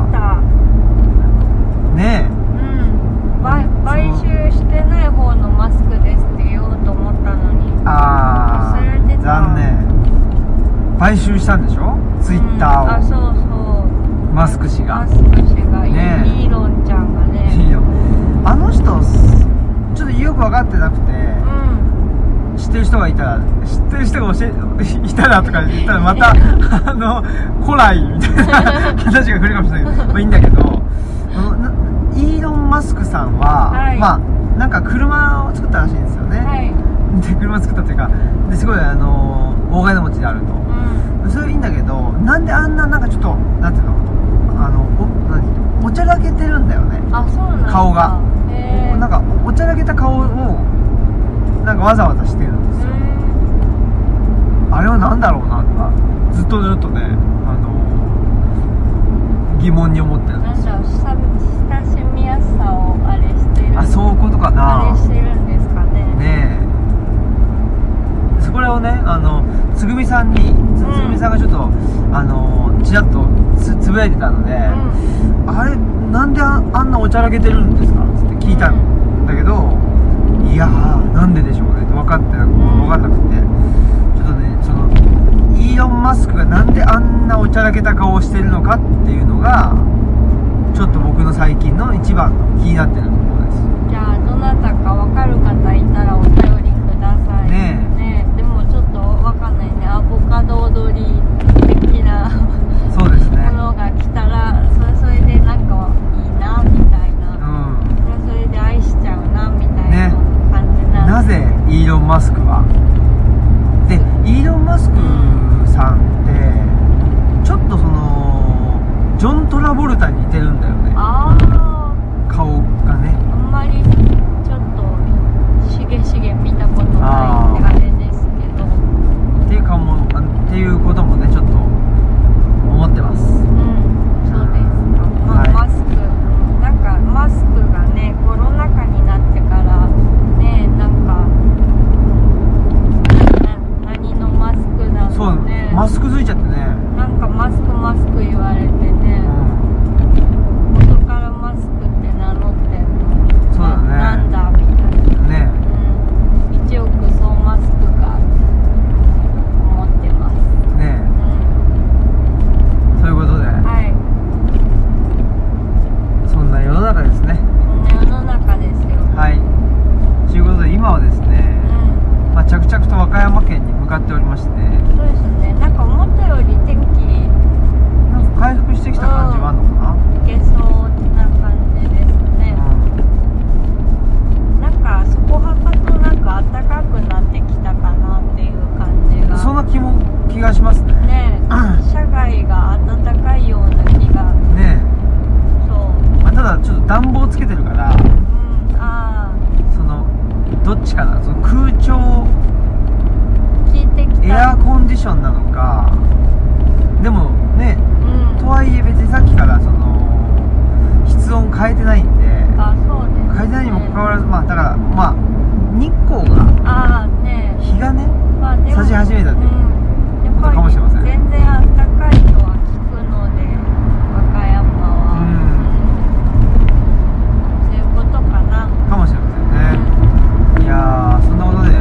ねえ、 買収してない方のマスクですって言おうと思ったのに忘れてた。 残念。買収したんでしょ、ツイッターを。 あ、そうそう、 マスク氏が、 イーロンちゃんがね、 あの人ちょっとよく分かってなくて、知ってる人がいたら、知ってる人がいたらとか言ったらまた古来みたいな話が来るかもしれないけど、まあいいんだけど、イーロン・マスクさんは、はい、まあなんか車を作ったらしいんですよね、はい、で車作ったっていうか、ですごい大金持ちであると、それはいいんだけど、なんであんななんかちょっとなんていうの、おちゃらけてるんだよね。 あ、そうなんだ。 顔がなんかおちゃらけた顔をなんかわざわざしてるんですよ。あれはなんだろうなとかずっとね疑問に思ってるんですよ。 なんだろう、親しみやすさをあれしてる。 あ、そういうことかな。 あれしてるんですかね。 ねえ、それをねつぐみさんがちょっとちらっとつぶやいてたので、あれなんであんなおちゃらけてるんですかって聞いたんだけど、いやーなんででしょうねって分かんなくて、ちょっとね、イーロン・マスクがなんであんなおちゃらけた顔をしてるのかっていうのがちょっと僕の最近の一番の気になってるところです。 じゃあどなたか分かる方いたらお便りくださいね。でもちょっと分かんないね、アボカド踊り的なそうですね、 ものが来たらそれでなんかいいなみたいな、それで愛しちゃうなみたいな感じなんで、 なぜイーロン・マスクはで、イーロン・マスクさんってちょっとジョン・トラボルタに似てるんだよね。顔がね、 あんまりちょっとしげしげ見たことないんであれですけど、 っていうこともねちょっと思ってます。 そうですか。まあ、はい、マスクがね、コロナ禍になってからね、なんか何のマスクなのね。 そう、マスクついちゃってね、 なんかマスク言われてね、元からマスクって名乗ってんの、 そうだね、 なんだみたいなね、 っておりまして、 そうですね。なんか思ったより天気なんか回復してきた感じはあるのかな。 いけそうな感じですね。なんかそこはかとなんか暖かくなってきたかなっていう感じが。 そんな気がしますね。 ねえ、車外が暖かいような気が。 ねえ。 そう。 まあ、ただちょっと暖房つけてるから、そのどっちかな、その空調効いてきた。 エアコンディションなのか、でもね、とはいえ別にさっきからその室温変えてないんで、 そうですね、 変えてないにもかかわらず、まあだからまあ日光が、日がね、差し始めたってことかもしれません。 全然暖かいとは聞くので、和歌山は、そういうことかな。 かもしれませんね。いやー、そんなことで、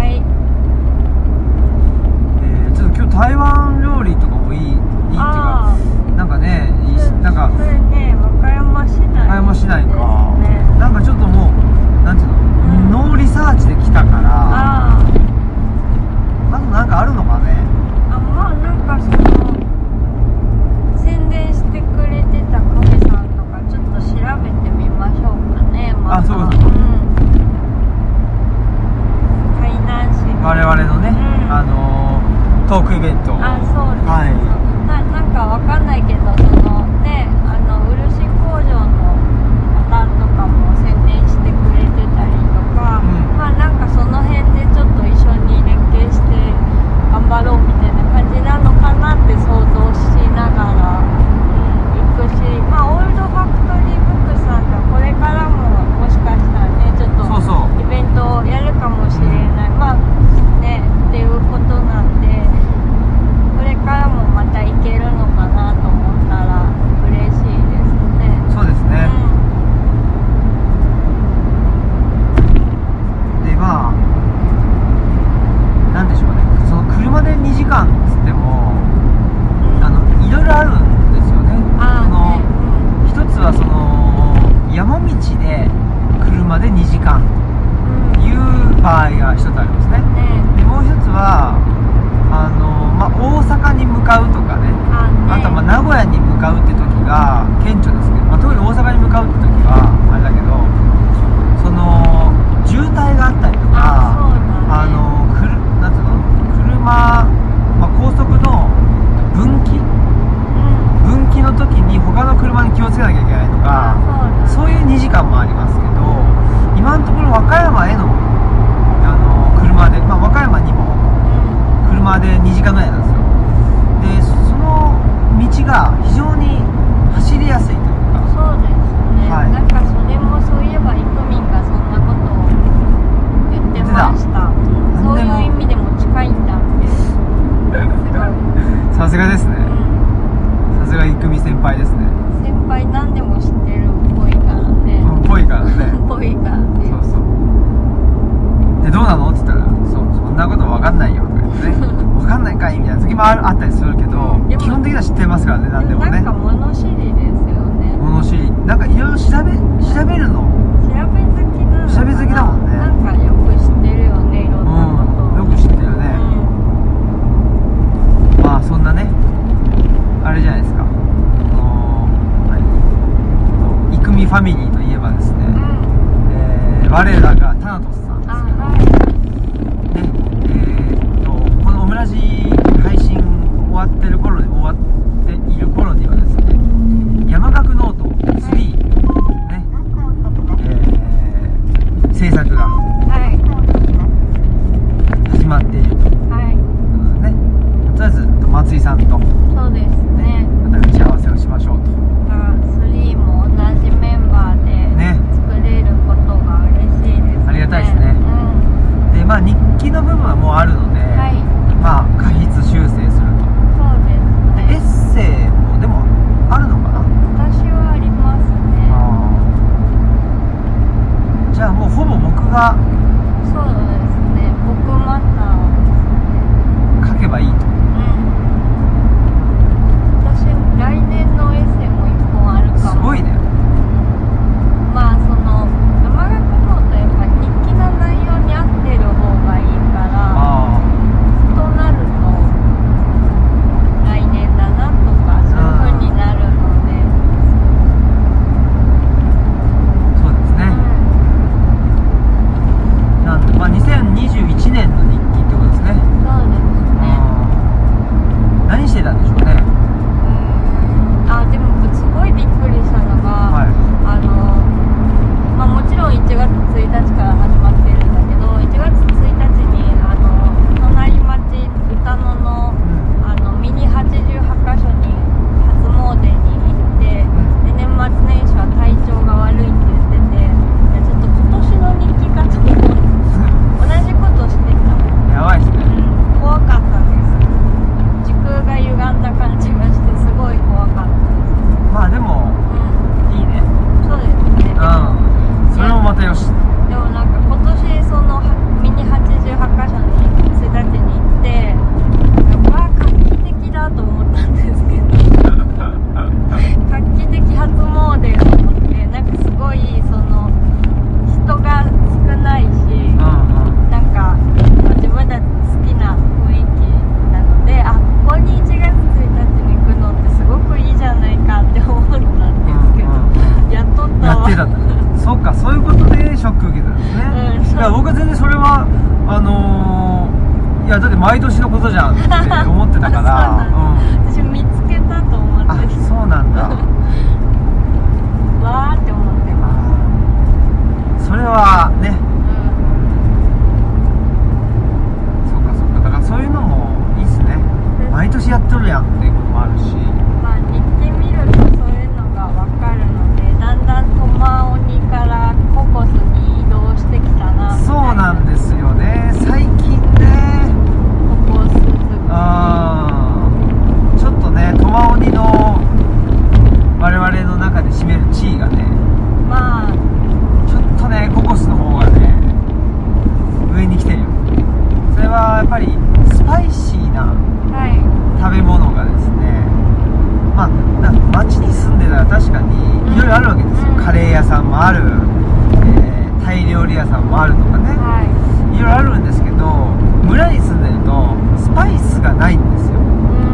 ちょっと今日台湾料理とかもいいっていうか、なんかね、なんかそれね、和歌山市内、 和歌山市内か、なんかちょっともうなんていうの、ノーリサーチで来たから、あとなんかあるのかね。 まあなんかその宣伝してくれてたカフェさんとかちょっと調べてみましょうかね。またそうです。 海南市我々のね、トークイベント。 そうです。なんかわかんないけど、そのね、漆工場の方とかも宣伝してくれてたりとか、まあなんかその辺でちょっと一緒に連携して頑張ろうみたいな感じなのかなって想像しながら、行くし、まあオールドファクトリーブックさんがこれからももしかしたらね、ちょっとイベントをやるかもしれない、まあねっていうことなんで、これからもまた行けるのかなと思ったら嬉しいですね。 そうですね。でまあなんでしょうね、その車で2時間っつっても、いろいろあるんですよね。一つはその山道で車で2時間いう場合が一つありますね。でもう一つはまあ、大阪に向かうとかね、あとはまあ名古屋に向かうって時が顕著ですけど、まあ、特に大阪に向かうって時はあれだけど、その渋滞があったりとか、なんていうの、まあ、高速の分岐の時に他の車に気をつけなきゃいけないとか、そういう2時間もありますけど、今のところ和歌山への車で、まあ、和歌山にも車で2時間ぐらいなんですよ。でその道が非常に走りやすいというか。 そうですね、なんかそれもそういえばイクミンがそんなことを言ってました。そういう意味でも近いんだってさすがですね、さすがイクミ先輩ですね。 先輩何でも知ってるっぽいからね。 ぽいからね。 ぽいからね。 そうでどうなのって言ったら、そんなこと分かんないよとか言ってね分かんないかいみたいな時もあったりするけど、基本的には知ってますからね、何でもね。 なんか物知りですよね。 物知り、なんかいろいろ調べるの、調べ好きだもんね。 なんかよく知ってるよね、いろんなこと、 よく知ってるよね。まあそんなね、あれじゃないですか、イクミファミリーといえばですね、我らがタナトスさんですけど、このオムラジ配信終わっている頃にはですね、山岳ノート3、ね、制作が始まっていると、ね、とりあえず松井さんと、 そうですね、 また打ち合わせをしましょうと。 3も同じメンバーで作れることが嬉しいですね。 ありがたいですね。でまあ日記の部分はもうあるので、まあ過筆修正すると。 そうですね。 エッセイもでもあるのかな。 私はありますね。 じゃあもうほぼ僕が、 そうですね、僕また書けばいいと。 私来年のエッセイも1本あるかも。 すごいね。 まあその山岳ノートやっぱ日記の内容に合ってる方がいいから、人やだって毎年のことじゃんって思ってたから私見つけたと思って。 あ、そうなんだ。 わーって思ってます。 それはね、そうかそうか、だからそういうのもいいっすね。毎年やってるやんっていうこともあるし、 まあ行ってみるとそういうのが分かるので、だんだんトマオニからココスに移動してきたな。 そうなんですよね、最近ね。 ココス作り、 ちょっとね、トマオニの我々の中で占める地位がね、 まあちょっとね、ココスの方がね上に来てるよ。それはやっぱりスパイシーな食べ物がですね、まあ町に住んでたら確かにいろいろあるわけですよ。カレー屋さんもある、タイ料理屋さんもあるとかね、いろいろあるんですけど、村に住んでるとスパイスがないんですよ。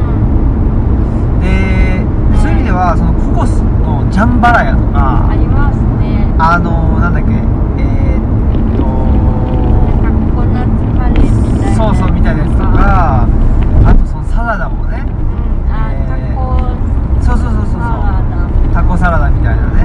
で、そういう意味ではそのココスのジャンバラヤとかありますね。 なんだっけ、 ココナッツカレーみたいな。 そうそうみたいなやつとか、あとそのサラダもね、そうタコサラダみたいなね、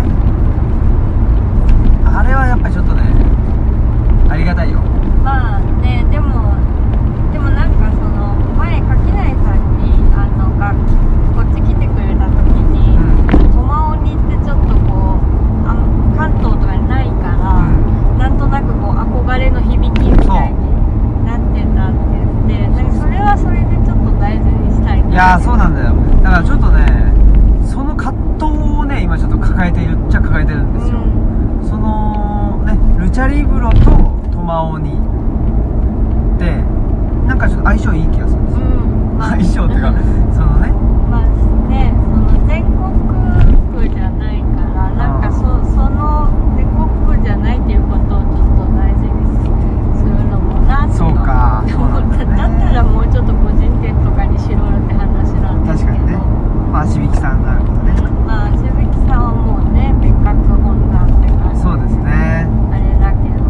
あれはやっぱりちょっとねありがたいよ。 まあね、でもなんかその前垣内さんにこっち来てくれた時に、トマオニってちょっとこう関東とかにないから、なんとなくこう憧れの響きみたいになってたって言って、なんかそれはそれでちょっと大事にしたいな。 いやー、そうなんだよ。だからちょっとね、その葛藤をね今ちょっと抱えているっちゃ抱えてるんですよ。そのね、ルチャリブロとトマオニってなんかちょっと相性いい気がするんですよ。相性っていうかそのね、 まあね、その全国区じゃないから、なんかその全国区じゃないっていうことをちょっと大事にするのもなって思った。だったらもうちょっと個人店とかにしろよって話なんですけど。確かにね。まあ足引さんなるほどね。 まあ足引さんはもうね、別格本山って感じ。 そうですね。 あれだけど。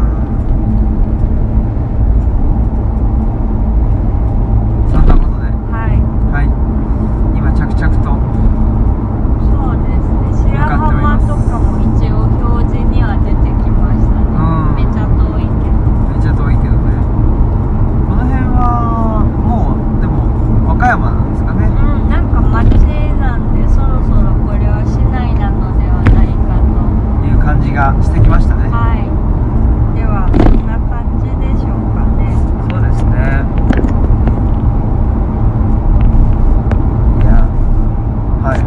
そんなことで。はい。今着々と。 そうですね。白浜とかも一応表示には出てきましたね。めちゃ遠いけど。 めちゃ遠いけどね。この辺はもうでも和歌山なんですかね。 なんか町なんでそろそろこれは市内なのではないかという感じがしてきましたね。 はい。ではこんな感じでしょうかね。 そうですね。いや、はいはい。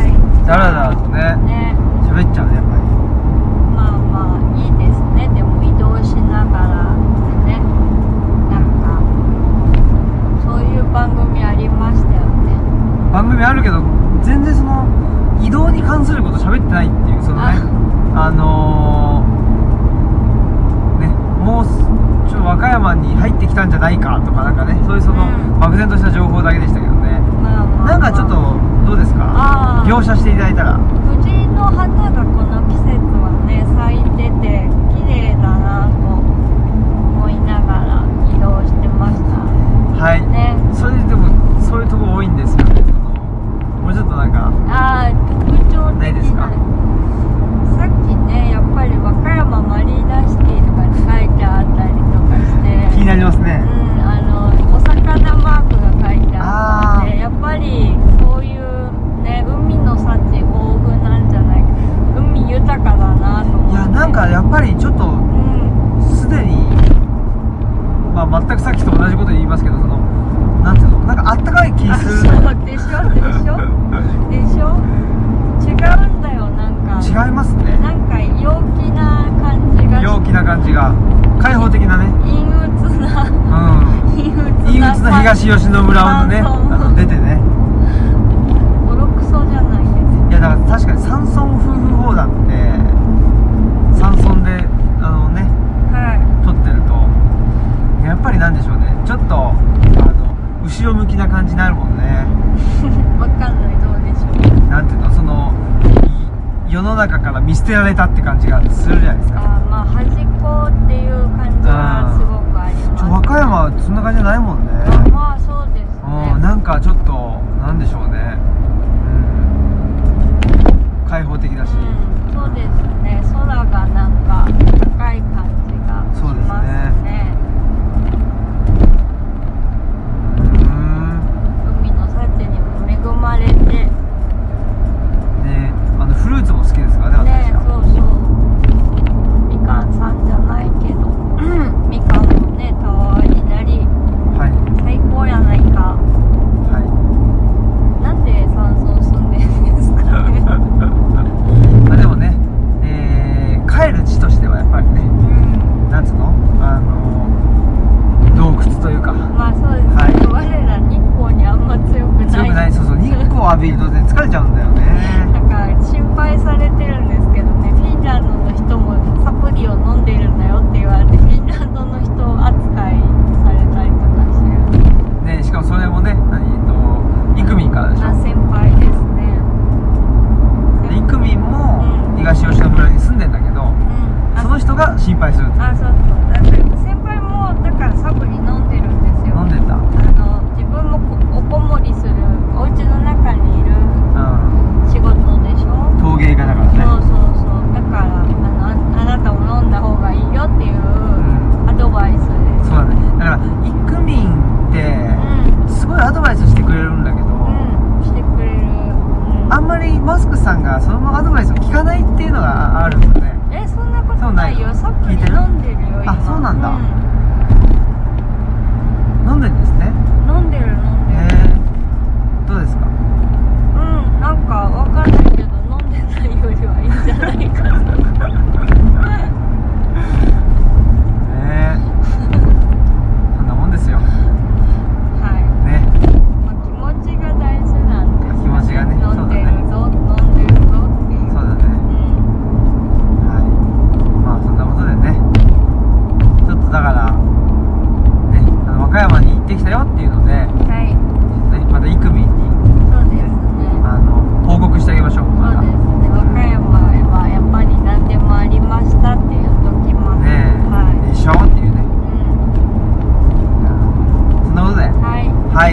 だらだらとね喋っちゃうね、やっぱり。 まあまあいいですね。でも移動しながらね、なんかそういう番組ありましたよね。 番組あるけど全然その移動に関すること喋ってないっていう、そのね、もうちょっと和歌山に入ってきたんじゃないかとか、なんかね、そういうその漠然とした情報だけでしたけどね。なんかちょっとどうですか、描写していただいたら。 藤の花がこの季節はね咲いてて綺麗だなと思いながら移動してましたはいね。それでもそういうとこ多いんですよね。もうちょっとなんか特徴的ないですか。 さっきね、やっぱり和歌山マリーナシティとかに書いてあったりとかして気になりますね。 お魚マークが書いてあって、やっぱりそういうね、海の幸豊富なんじゃないか、海豊かだなと思って。 いや、なんかやっぱりちょっとすでに、まあ全くさっきと同じこと言いますけど、そのなんていうの、なんかあったかい気する。 でしょ違うんだよ。なんか違いますね。 なんか陽気な感じが、 陽気な感じが、開放的なね、 陰鬱な東吉野村のね、出てね、 ボロクソじゃないですか。 いやだから確かに山村夫婦砲弾って山村で撮ってるとやっぱりなんでしょうね、ちょっと後ろ向きな感じになるもんね。 わかんない、どうでしょう。 なんていうの、その世の中から見捨てられたって感じがするじゃないですか。 まあ端っこっていう感じはすごくあります。 和歌山はそんな感じじゃないもんね。 まあそうですね。 なんかちょっとなんでしょうね、開放的だし、 そうですね。空がなんか高い感じがしますね。海の幸にも恵まれてね。 フルーツも好きですからね。 ね、そうそう。みかんさんじゃないけど、みかんもね、たわわになり、最高やないか。なんで山村住んでるんですかね。 でもね、帰る地としてはやっぱりね、なんつうの、洞窟というか。 まあそうですね。我ら日光にあんま強くない。 強くない。そうそう、日光浴びるとね、疲れちゃうんだよね。 だから心配されてるんですけどね、フィンランドの人もサプリを飲んでるんだよって言われて、フィンランドの人扱いされたりとかしてるね。 しかもそれもね、イクミンからでしょ。 先輩ですね。 イクミンも東吉野村に住んでんだけど、その人が心配する。 そうそう。だって先輩もだからサプリ飲んでるんですよ。 飲んでた。 自分もおこもりするお家の中にいる仕事でしょ。 陶芸家だからね。 そうそうそう。だからあなたも飲んだ方がいいよっていうアドバイスです。 そうだね。だからイクミンってすごいアドバイスしてくれるんだけど、 してくれる。 あんまりマスクさんがそのアドバイスを聞かないっていうのがあるんだね。 そんなことないよ。サプリ飲んでるよ今。 あ、そうなんだ。飲んでるんですね。 飲んでる。 どうですか？ なんかわかんないけど飲んでないよりはいいんじゃないかな。 そんなもんですよ。 気持ちが大事なんです。 気持ちがね。 飲んでるぞっていう。 そうだね。まあそんなことでね、ちょっとだからね、和歌山に行ってきたよっていうので、またイクミンに報告してあげましょう。 そうですね。和歌山はやっぱり何でもありましたっていう時もね。 でしょっていうね。そんなことで。はい。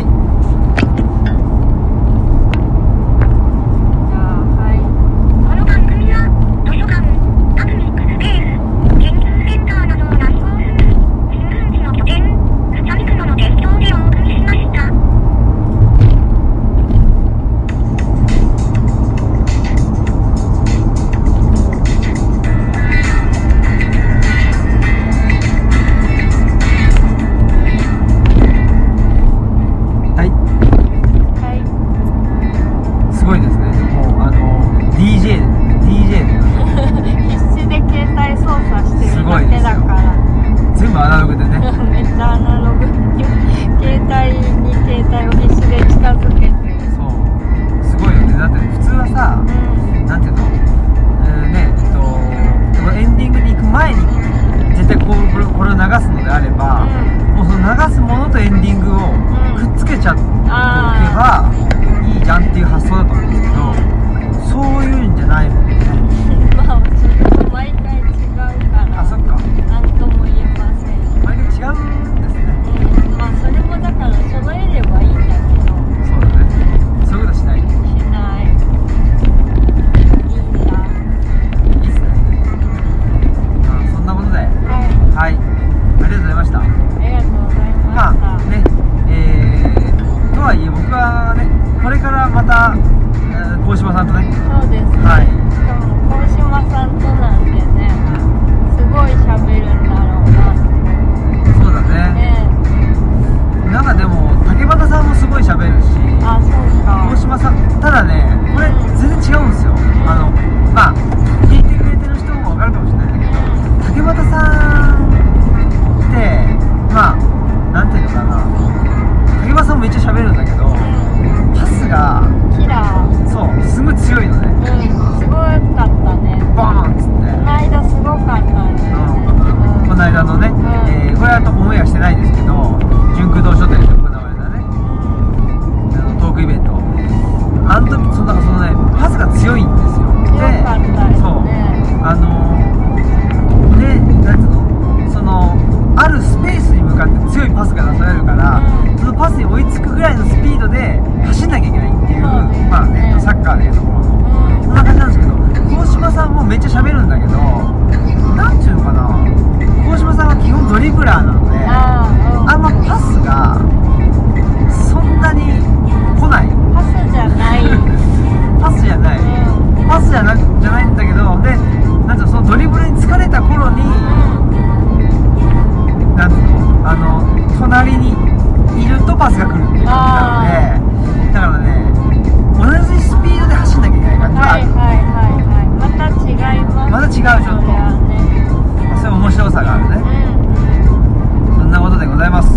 隣にいるとパスが来るっていう感じなので、だからね、同じスピードで走んなきゃいけない感じがある。 また違います。 また違う、ちょっと。そういう面白さがあるね。そんなことでございます。